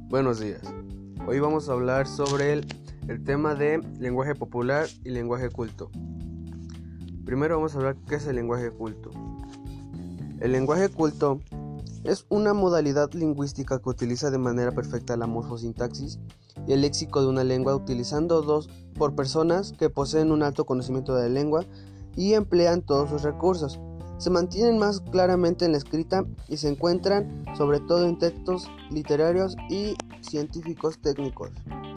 Buenos días. Hoy vamos a hablar sobre el tema de lenguaje popular y lenguaje culto. Primero vamos a hablar qué es el lenguaje culto. El lenguaje culto es una modalidad lingüística que utiliza de manera perfecta la morfosintaxis y el léxico de una lengua, utilizando por personas que poseen un alto conocimiento de la lengua y emplean todos sus recursos. Se mantienen más claramente en la escrita y se encuentran sobre todo en textos literarios y científicos técnicos.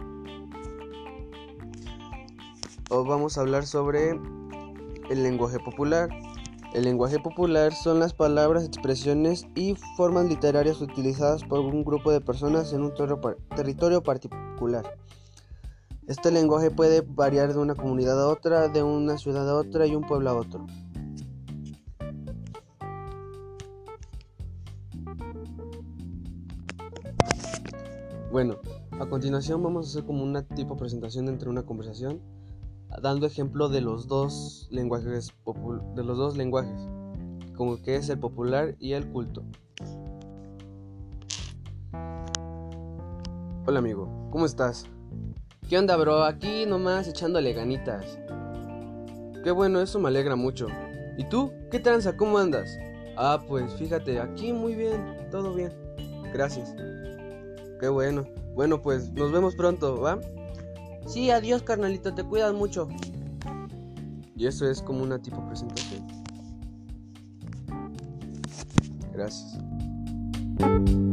Hoy vamos a hablar sobre el lenguaje popular. El lenguaje popular son las palabras, expresiones y formas literarias utilizadas por un grupo de personas en un territorio particular. Este lenguaje puede variar de una comunidad a otra, de una ciudad a otra y un pueblo a otro. Bueno, a continuación vamos a hacer como una tipo presentación entre una conversación, dando ejemplo de los dos lenguajes, como que es el popular y el culto. Hola amigo, ¿cómo estás? ¿Qué onda, bro? Aquí nomás echándole ganitas. Qué bueno, eso me alegra mucho. ¿Y tú? ¿Qué tranza? ¿Cómo andas? Pues fíjate, aquí muy bien, todo bien. Gracias. Qué bueno. Bueno, pues nos vemos pronto, ¿va? Sí, adiós, carnalito, te cuidas mucho. Y eso es como una tipo presentación. Gracias.